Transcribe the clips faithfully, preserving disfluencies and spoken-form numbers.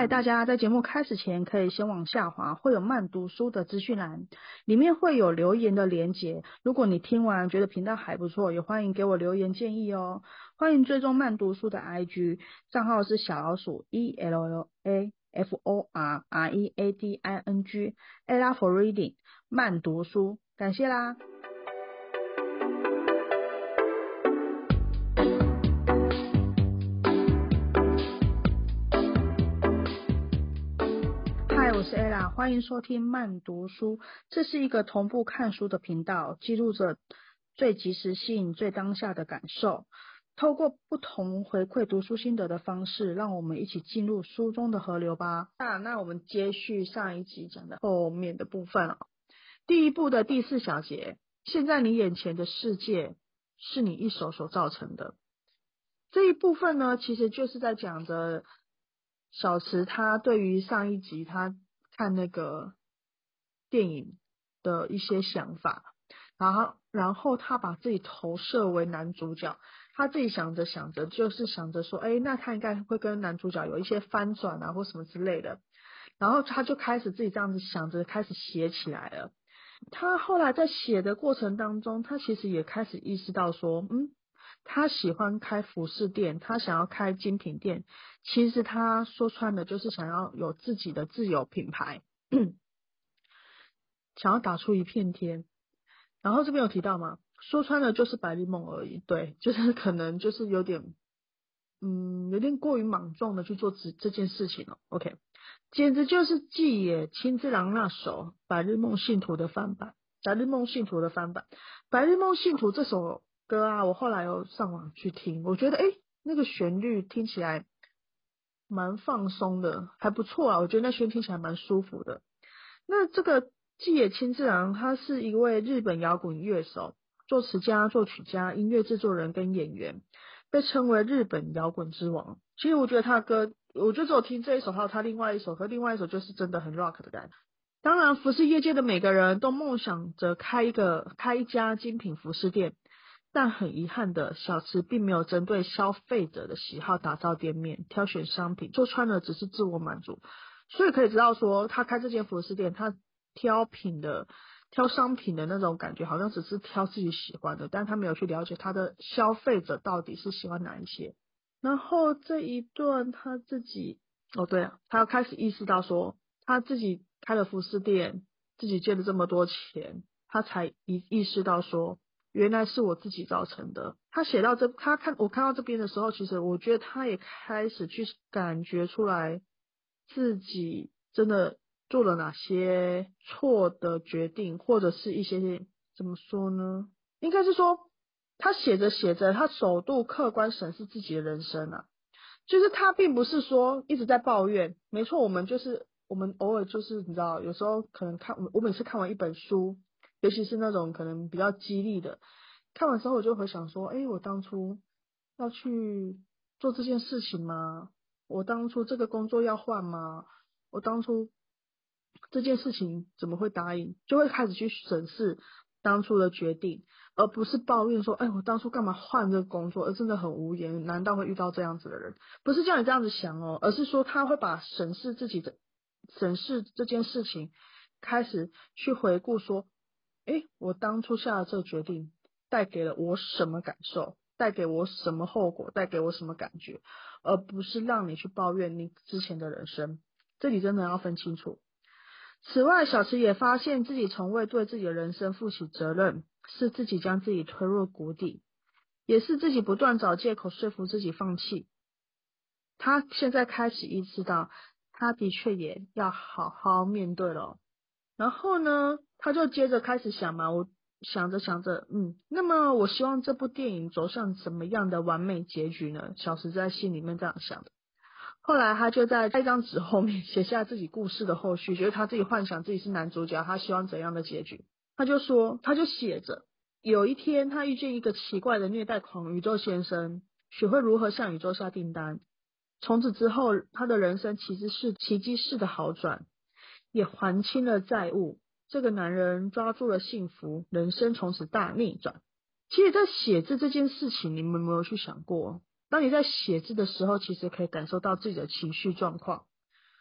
嗨，大家在节目开始前可以先往下滑，会有慢读书的资讯栏，里面会有留言的连结。如果你听完觉得频道还不错，也欢迎给我留言建议哦。欢迎追踪慢读书的 I G 账号是小老鼠 E L L A F O R R E A D I N G Ella for Reading 慢读书，感谢啦。嗨，我是 Ella， 欢迎收听慢读书。这是一个同步看书的频道，记录着最及时性、最当下的感受。透过不同回馈读书心得的方式，让我们一起进入书中的河流吧。那那我们接续上一集讲的后面的部分哦。第一部的第四小节，现在你眼前的世界是你一手所造成的。这一部分呢，其实就是在讲着小池他对于上一集他看那个电影的一些想法，然后然后他把自己投射为男主角，他自己想着想着就是想着说，哎，那他应该会跟男主角有一些翻转啊或什么之类的，然后他就开始自己这样子想着开始写起来了。他后来在写的过程当中，他其实也开始意识到说，嗯，他喜欢开服饰店，他想要开精品店，其实他说穿了就是想要有自己的自有品牌，想要打出一片天。然后这边有提到吗？说穿了就是白日梦而已，对，就是可能就是有点，嗯，有点过于莽撞的去做这这件事情了。OK，简直就是纪野亲之郎那首《白日梦信徒》的翻版，《白日梦信徒》的翻版，《白日梦信徒》这首歌啊，我后来有上网去听，我觉得诶，那个旋律听起来蛮放松的，还不错啊，我觉得那旋律听起来蛮舒服的。那这个纪野亲治郎，他是一位日本摇滚乐手、作词家、作曲家、音乐制作人跟演员，被称为日本摇滚之王。其实我觉得他的歌，我就只有听这一首，还有他另外一首，和另外一首就是真的很 rock 的感觉。当然，服饰业界的每个人都梦想着开一个开一家精品服饰店，但很遗憾的，小池并没有针对消费者的喜好打造店面，挑选商品，做穿了只是自我满足。所以可以知道说，他开这间服饰店，他挑品的、挑商品的那种感觉，好像只是挑自己喜欢的，但他没有去了解他的消费者到底是喜欢哪一些。然后这一段他自己，哦对啊，他要开始意识到说，他自己开了服饰店，自己借了这么多钱，他才意意识到说，原来是我自己造成的。他写到这，他看我看到这边的时候，其实我觉得他也开始去感觉出来自己真的做了哪些错的决定，或者是一些怎么说呢？应该是说，他写着写着，他首度客观审视自己的人生啊。就是他并不是说一直在抱怨，没错，我们就是我们偶尔就是你知道，有时候可能看我每次看完一本书，尤其是那种可能比较激励的，看完之后我就会想说，诶，我当初要去做这件事情吗？我当初这个工作要换吗？我当初这件事情怎么会答应？就会开始去审视当初的决定，而不是抱怨说，哎，我当初干嘛换这个工作？而真的很无言，难道会遇到这样子的人？不是叫你这样子想哦，而是说他会把审视自己的、审视这件事情，开始去回顾说，哎，我当初下的这个决定带给了我什么感受？带给我什么后果？带给我什么感觉？而不是让你去抱怨你之前的人生。这里真的要分清楚。此外，小池也发现自己从未对自己的人生负起责任，是自己将自己推入谷底，也是自己不断找借口说服自己放弃。他现在开始意识到，他的确也要好好面对了。然后呢，他就接着开始想嘛，我想着想着，嗯，那么我希望这部电影走向什么样的完美结局呢？小池在心里面这样想的。后来他就在一张纸后面写下自己故事的后续，就是他自己幻想自己是男主角，他希望怎样的结局。他就说，他就写着，有一天他遇见一个奇怪的虐待狂宇宙先生，学会如何向宇宙下订单。从此之后，他的人生其实是奇迹式的好转，也还清了债务。这个男人抓住了幸福，人生从此大逆转。其实，在写字这件事情，你们有没有去想过？当你在写字的时候，其实可以感受到自己的情绪状况。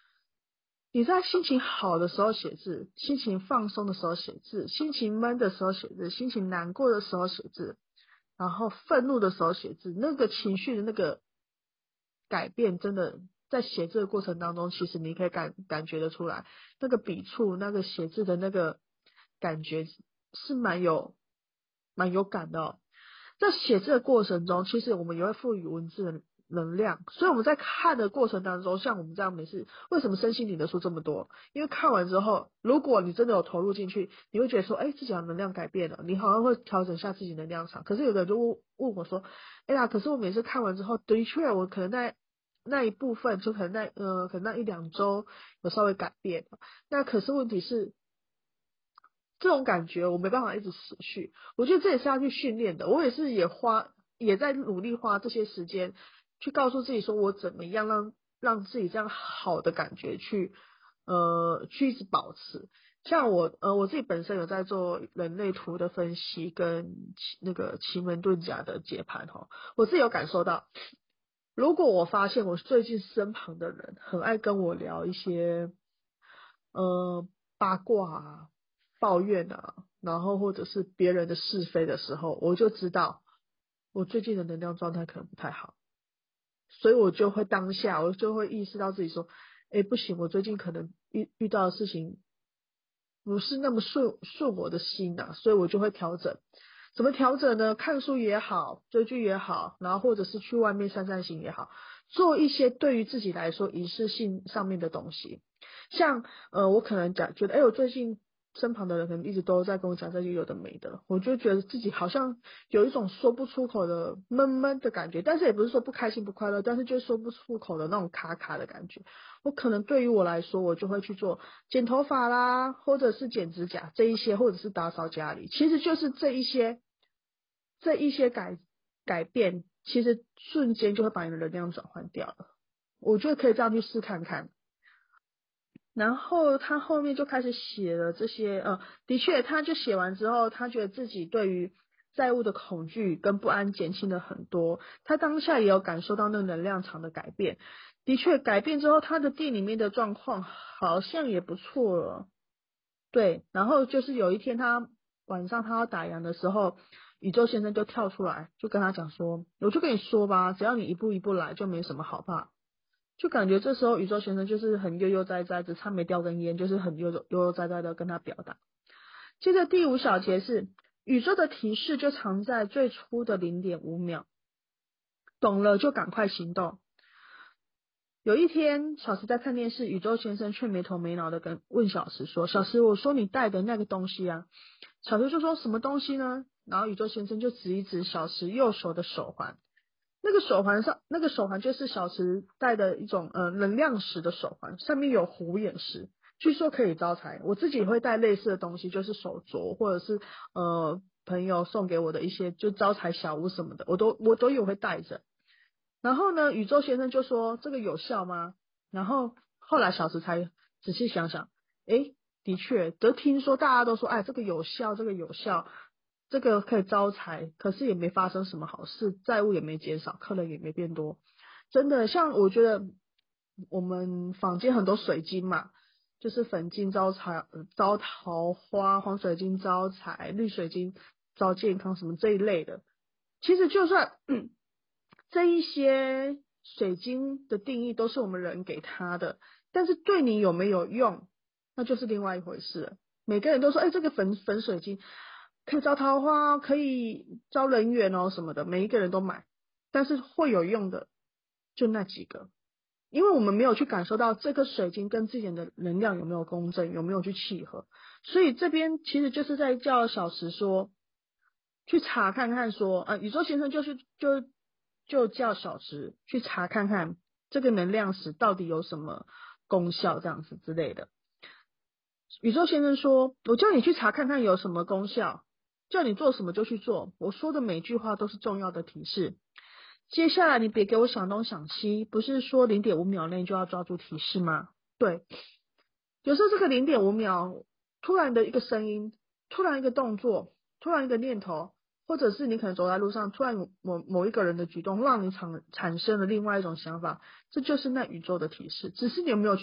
你在心情好的时候写字，心情放松的时候写字，心情闷的时候写字，心情难过的时候写字，然后愤怒的时候写字，那个情绪的那个改变，真的在写字的过程当中，其实你可以感感觉得出来，那个笔触，那个写字的那个感觉是蛮有蛮有感的哦。在写字的过程中，其实我们也会赋予文字的能量，所以我们在看的过程当中，像我们这样每次为什么身心灵的书这么多？因为看完之后，如果你真的有投入进去，你会觉得说，哎，自己的能量改变了，你好像会调整一下自己能量场。可是有的人就问问我说，哎呀，可是我每次看完之后，的确我可能在那一部分，就可能那呃，可能那一两周有稍微改变，那可是问题是。这种感觉我没办法一直持续，我觉得这也是要去训练的。我也是也花也在努力花这些时间去告诉自己说我怎么样让让自己这样好的感觉去呃去一直保持。像我呃我自己本身有在做人类图的分析跟奇那个奇门遁甲的解盘哈，我自己有感受到，如果我发现我最近身旁的人很爱跟我聊一些呃八卦啊、抱怨啊，然后或者是别人的是非的时候，我就知道我最近的能量状态可能不太好，所以我就会当下我就会意识到自己说，哎，不行，我最近可能遇遇到的事情不是那么顺顺我的心呐、啊，所以我就会调整。怎么调整呢？看书也好，追剧也好，然后或者是去外面散散心也好，做一些对于自己来说仪式性上面的东西。像呃，我可能讲觉得，哎，我最近身旁的人可能一直都在跟我讲这些有的没的，我就觉得自己好像有一种说不出口的闷闷的感觉，但是也不是说不开心不快乐，但是就是说不出口的那种卡卡的感觉。我可能对于我来说，我就会去做剪头发啦，或者是剪指甲这一些，或者是打扫家里，其实就是这一些这一些改改变，其实瞬间就会把你的能量转换掉了。我觉得可以这样去试看看。然后他后面就开始写了这些，呃，的确，他就写完之后，他觉得自己对于债务的恐惧跟不安减轻了很多。他当下也有感受到那个能量场的改变，的确改变之后，他的店里面的状况好像也不错了。对，然后就是有一天他晚上他要打烊的时候，宇宙先生就跳出来，就跟他讲说，我就跟你说吧，只要你一步一步来，就没什么好怕。就感觉这时候宇宙先生就是很悠悠哉哉，只差没叼根烟，就是很悠悠悠悠哉哉的跟他表达。接着第五小节是宇宙的提示就藏在最初的零点五秒，懂了就赶快行动。有一天，小石在看电视，宇宙先生却没头没脑的跟问小石说：“小石，我说你带的那个东西啊。”小石就说什么东西呢？然后宇宙先生就指一指小石右手的手环。那个手环上，那个手环就是小池戴的一种呃能量石的手环，上面有虎眼石，据说可以招财。我自己也会戴类似的东西，就是手镯或者是呃朋友送给我的一些就招财小物什么的，我都我都有会带着。然后呢，宇宙先生就说这个有效吗？然后后来小池才仔细想想，诶，的确，都听说大家都说，哎，这个有效，这个有效，这个可以招财，可是也没发生什么好事，债务也没减少，客人也没变多。真的，像我觉得我们坊间很多水晶嘛，就是粉晶招财、呃招桃花，黄水晶招财，绿水晶招健康什么这一类的。其实就算这一些水晶的定义都是我们人给它的，但是对你有没有用，那就是另外一回事了。每个人都说，哎，这个粉粉水晶可以招桃花，可以招人缘哦什么的，每一个人都买，但是会有用的就那几个，因为我们没有去感受到这颗水晶跟自己的能量有没有共振，有没有去契合，所以这边其实就是在叫小石说。去查看看说，呃，宇宙先生就是就就叫小池去查看看这个能量石到底有什么功效，这样子之类的。宇宙先生说，我叫你去查看看有什么功效，叫你做什么就去做。我说的每句话都是重要的提示。接下来你别给我想东想西，不是说零点五秒内就要抓住提示吗？对，有时候这个零点五秒，突然的一个声音，突然一个动作，突然一个念头，或者是你可能走在路上，突然有某某一个人的举动，让你产产生了另外一种想法，这就是那宇宙的提示，只是你有没有去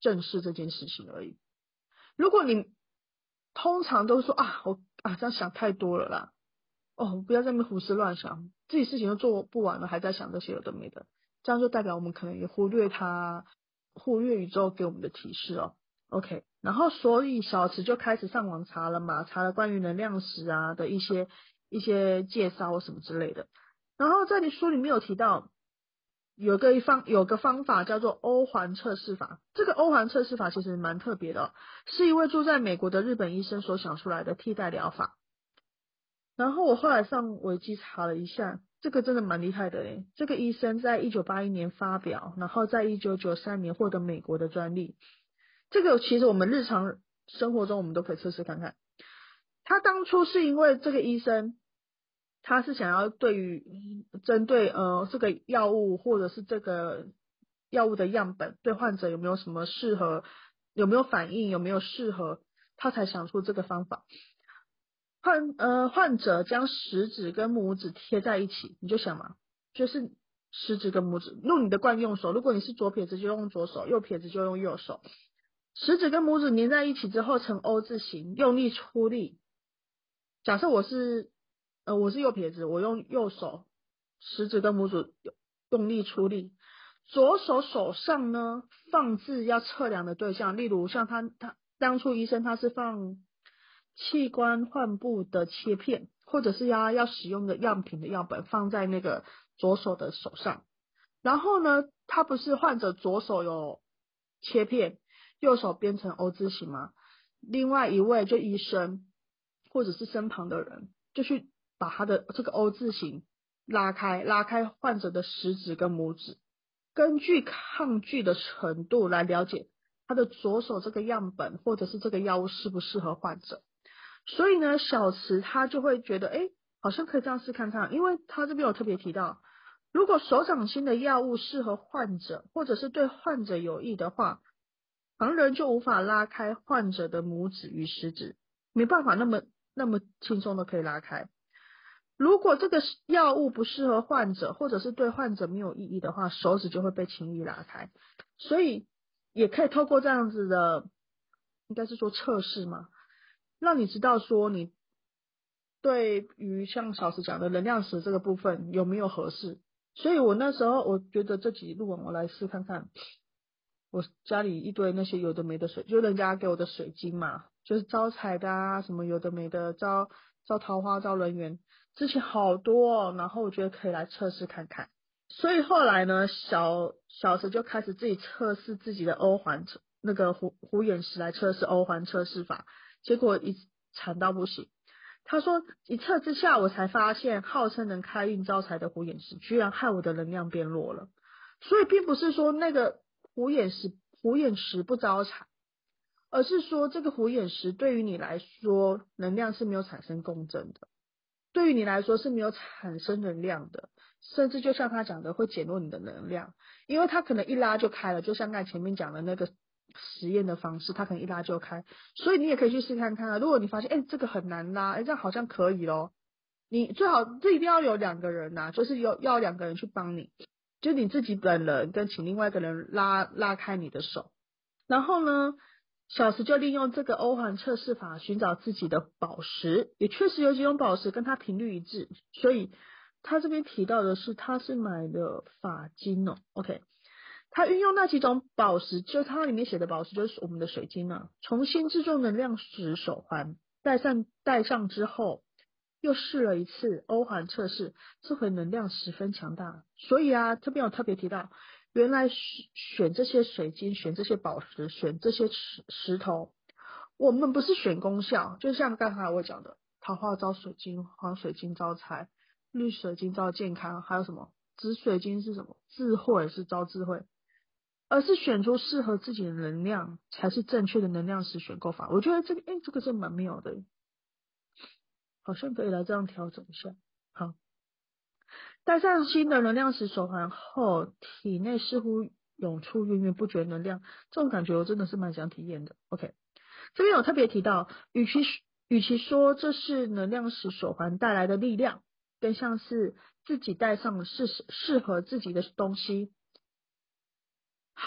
正视这件事情而已。如果你通常都说啊，我啊这样想太多了啦，哦，不要在那边胡思乱想，自己事情都做不完了，还在想这些有的没的，这样就代表我们可能也忽略它，忽略宇宙给我们的提示哦。OK，然后所以小池就开始上网查了嘛，查了关于能量石啊的一些一些介绍什么之类的。然后在你书里面有提到，有个方有个方法叫做欧环测试法。这个欧环测试法其实蛮特别的哦，是一位住在美国的日本医生所想出来的替代疗法。然后我后来上维基查了一下，这个真的蛮厉害的诶。这个医生在一九八一年发表，然后在一九九三年获得美国的专利。这个其实我们日常生活中我们都可以测试看看。他当初是因为这个医生，他是想要对于针对呃这个药物或者是这个药物的样本，对患者有没有什么适合，有没有反应，有没有适合，他才想出这个方法。患呃患者将食指跟拇指贴在一起，你就想嘛，就是食指跟拇指，用你的惯用手，如果你是左撇子就用左手，右撇子就用右手。食指跟拇指粘在一起之后呈 O 字形，用力出力。假设我是呃我是右撇子，我用右手食指跟拇指用力出力，左手手上呢放置要测量的对象，例如像他他当初医生他是放器官换布的切片，或者是要要使用的样品的样本放在那个左手的手上。然后呢，他不是患者左手有切片，右手编成 O 字形吗？另外一位就医生或者是身旁的人，就去把他的这个 O 字形拉开，拉开患者的食指跟拇指，根据抗拒的程度来了解他的左手这个样本或者是这个药物适不适合患者。所以呢，小池他就会觉得，哎，好像可以这样试看看，因为他这边有特别提到，如果手掌心的药物适合患者，或者是对患者有益的话，旁人就无法拉开患者的拇指与食指，没办法那么那么轻松的可以拉开。如果这个药物不适合患者，或者是对患者没有意义的话，手指就会被轻易拉开。所以也可以透过这样子的，应该是说测试嘛，让你知道说你对于像小石讲的能量石这个部分有没有合适。所以我那时候我觉得这集录完我来试看看，我家里一堆那些有的没的水，就人家给我的水晶嘛，就是招财的啊，什么有的没的，招招桃花招人缘，之前好多哦，然后我觉得可以来测试看看。所以后来呢，小小石就开始自己测试自己的欧环那个虎虎眼石来测试欧环测试法，结果一惨到不行。他说一测之下，我才发现号称能开运招财的虎眼石，居然害我的能量变弱了。所以并不是说那个虎眼石虎眼石不招财，而是说这个虎眼石对于你来说能量是没有产生共振的，对于你来说是没有产生能量的，甚至就像他讲的会减弱你的能量，因为他可能一拉就开了，就像刚才前面讲的那个实验的方式，他可能一拉就开，所以你也可以去试看看啊。如果你发现哎这个很难拉，哎这样好像可以咯，你最好这一定要有两个人呐、啊，就是有要两个人去帮你，就你自己本人跟请另外一个人拉拉开你的手。然后呢，小石就利用这个欧环测试法寻找自己的宝石，也确实有几种宝石跟它频率一致，所以他这边提到的是他是买的法金哦 ，OK，他运用那几种宝石，就它里面写的宝石就是我们的水晶啊，重新制作能量石手环，戴上戴上之后，又试了一次欧环测试，这回能量十分强大，所以啊，这边有特别提到。原来选这些水晶，选这些宝石，选这些石石头，我们不是选功效，就像刚才我讲的，桃花招水晶，黄水晶招财，绿水晶招健康，还有什么紫水晶是什么？智慧是招智慧，而是选出适合自己的能量，才是正确的能量石选购法。我觉得这个，哎，这个是蛮妙的，好像可以来这样调整一下。好。戴上新的能量石手环后，体内似乎涌出源源不绝的能量，这种感觉我真的是蛮想体验的。OK，这边有特别提到，与其与其说这是能量石手环带来的力量，更像是自己戴上适适合自己的东西。好，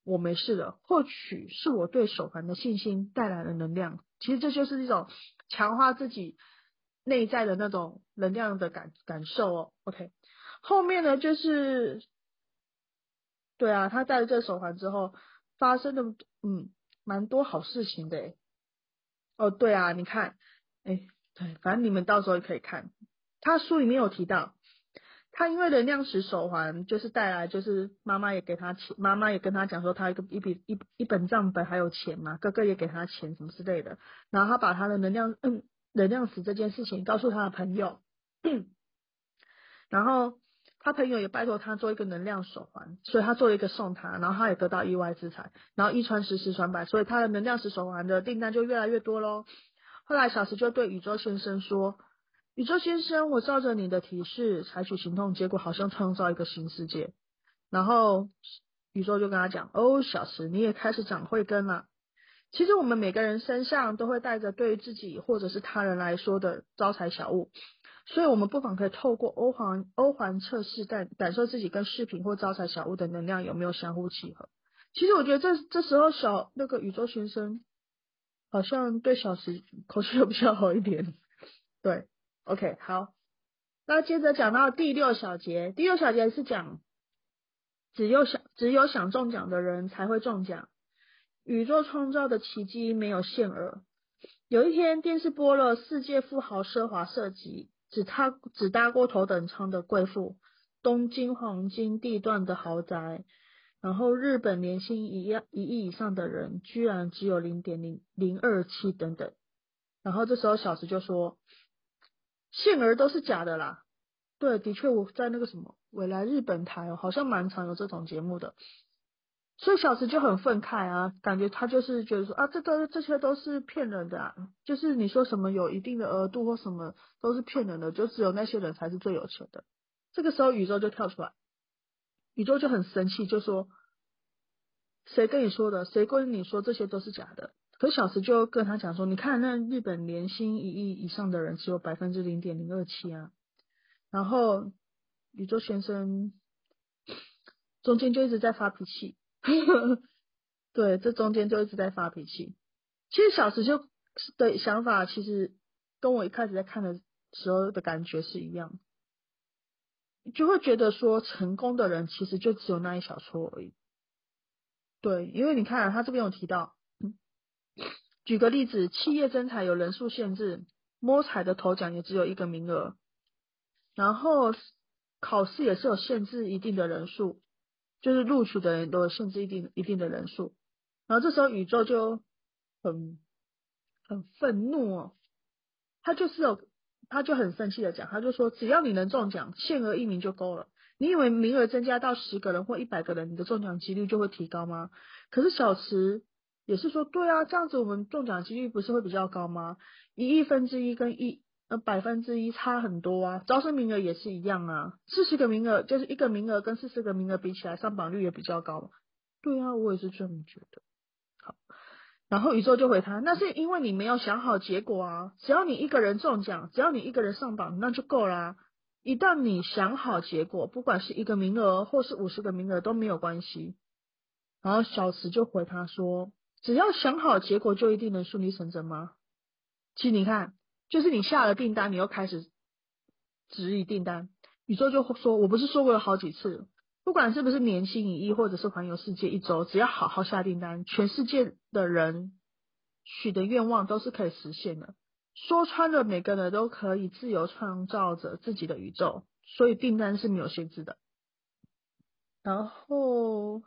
我没事了，或许是我对手环的信心带来了能量。其实这就是一种强化自己内在的那种能量的感感受哦。OK， 后面呢就是对啊，他戴了这个手环之后发生的嗯蛮多好事情的诶。哦，对啊，你看，诶，对，反正你们到时候也可以看，他书里面有提到。他因为能量石手环就是带来，就是妈妈也给他钱，妈妈也跟他讲说他一个一笔一一本账本还有钱嘛，哥哥也给他钱什么之类的，然后他把他的能量嗯能量石这件事情告诉他的朋友，然后他朋友也拜托他做一个能量手环，所以他做了一个送他，然后他也得到意外之财，然后一传十十传百，所以他的能量石手环的订单就越来越多咯。后来小石就对宇宙先生说，宇宙先生，我照着你的提示采取行动，结果好像创造一个新世界。然后宇宙就跟他讲，哦，小石，你也开始长慧根了。其实我们每个人身上都会带着对于自己或者是他人来说的招财小物，所以我们不妨可以透过欧环欧环测试，感感受自己跟饰品或招财小物的能量有没有相互契合。其实我觉得这这时候小那个宇宙先生好像对小石口气有比较好一点。对，OK， 好，那接着讲到第六小节，第六小节是讲只有想只有想中奖的人才会中奖，宇宙创造的奇迹没有限额。有一天，电视播了世界富豪奢华设计，只搭只搭过头等舱的贵妇，东京黄金地段的豪宅，然后日本年薪一样一亿以上的人，居然只有零点零零二七等等。然后这时候小石就说，限额都是假的啦。对，的确我在那个什么未来日本台哦，好像蛮常有这种节目的。所以小石就很愤慨啊，感觉他就是觉得说啊，这都这些都是骗人的啊，就是你说什么有一定的额度或什么都是骗人的，就只有那些人才是最有钱的。这个时候宇宙就跳出来，宇宙就很生气，就说谁跟你说的？谁跟你说这些都是假的？可是小石就跟他讲说，你看那日本年薪一亿以上的人只有百分之零点零二七啊。然后宇宙先生中间就一直在发脾气，对，这中间就一直在发脾气。其实小石就的想法，其实跟我一开始在看的时候的感觉是一样，就会觉得说成功的人其实就只有那一小撮而已。对，因为你看啊，他这边有提到，嗯举个例子，企业征才有人数限制，摸彩的头奖也只有一个名额，然后考试也是有限制一定的人数，就是录取的人都有限制一定一定的人数。然后这时候宇宙就很很愤怒哦，他就是有，他就很生气的讲，他就说只要你能中奖，限额一名就够了。你以为名额增加到十个人或一百个人，你的中奖几率就会提高吗？可是小池也是说，对啊，这样子我们中奖几率不是会比较高吗？一亿分之一跟一呃百分之一差很多啊，招生名额也是一样啊，四十个名额就是一个名额跟四十个名额比起来，上榜率也比较高。对啊，我也是这么觉得。好。然后宇宙就回他，那是因为你没有想好结果啊。只要你一个人中奖，只要你一个人上榜，那就够啦。一旦你想好结果，不管是一个名额或是五十个名额都没有关系。然后小池就回他说，只要想好结果，就一定能顺理成章吗？其实你看，就是你下了订单，你又开始质疑订单，宇宙就说，我不是说过有好几次，不管是不是年薪一亿，或者是环游世界一周，只要好好下订单，全世界的人许的愿望都是可以实现的。说穿了，每个人都可以自由创造着自己的宇宙，所以订单是没有限制的。然后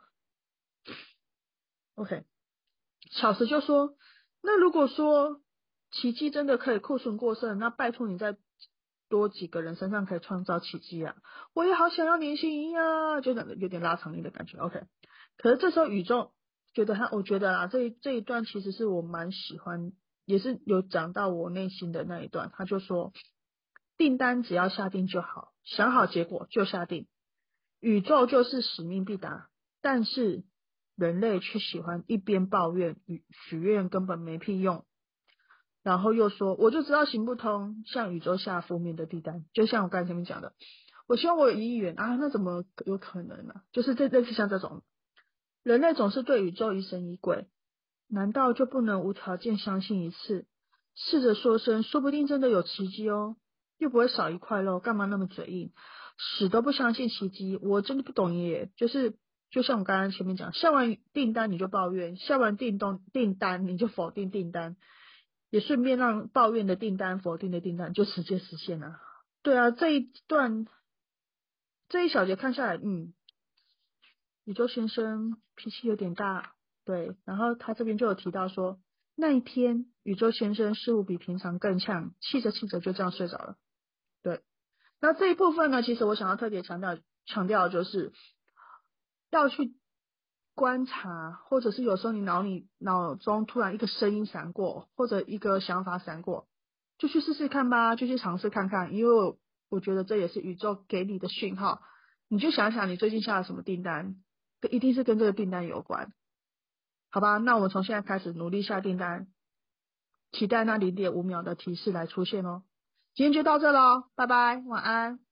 ，OK，小石就说，那如果说奇迹真的可以库存过剩，那拜托你再多几个人身上可以创造奇迹啊！我也好想要年薪一啊，就有点拉长音的感觉。OK，可是这时候宇宙觉得他，我觉得啊，这一这一段其实是我蛮喜欢，也是有讲到我内心的那一段。他就说，订单只要下定就好，想好结果就下定，宇宙就是使命必达。但是人类却喜欢一边抱怨与许愿根本没屁用，然后又说我就知道行不通，向宇宙下负面的订单。就像我刚才前面讲的，我希望我有一亿元啊，那怎么有可能呢、啊？就是这类似像这种。 人类总是对宇宙疑神疑鬼，难道就不能无条件相信一次？试着说声，说不定真的有奇迹哦，又不会少一块肉，干嘛那么嘴硬？死都不相信奇迹，我真的不懂耶。就是就像我刚刚前面讲，下完订单你就抱怨，下完订单订单你就否定订单，也顺便让抱怨的订单、否定的订单就直接实现了。对啊，这一段这一小节看下来，嗯，宇宙先生脾气有点大，对，然后他这边就有提到说，那一天宇宙先生似乎比平常更呛，气着气着就这样睡着了。对，那这一部分呢，其实我想要特别强调强调的就是要去观察，或者是有时候你脑里脑中突然一个声音闪过，或者一个想法闪过，就去试试看吧，就去尝试看看，因为我我觉得这也是宇宙给你的讯号。你就想想你最近下了什么订单，一定是跟这个订单有关，好吧？那我们从现在开始努力下订单，期待那零点五秒的提示来出现哦。今天就到这喽，拜拜，晚安。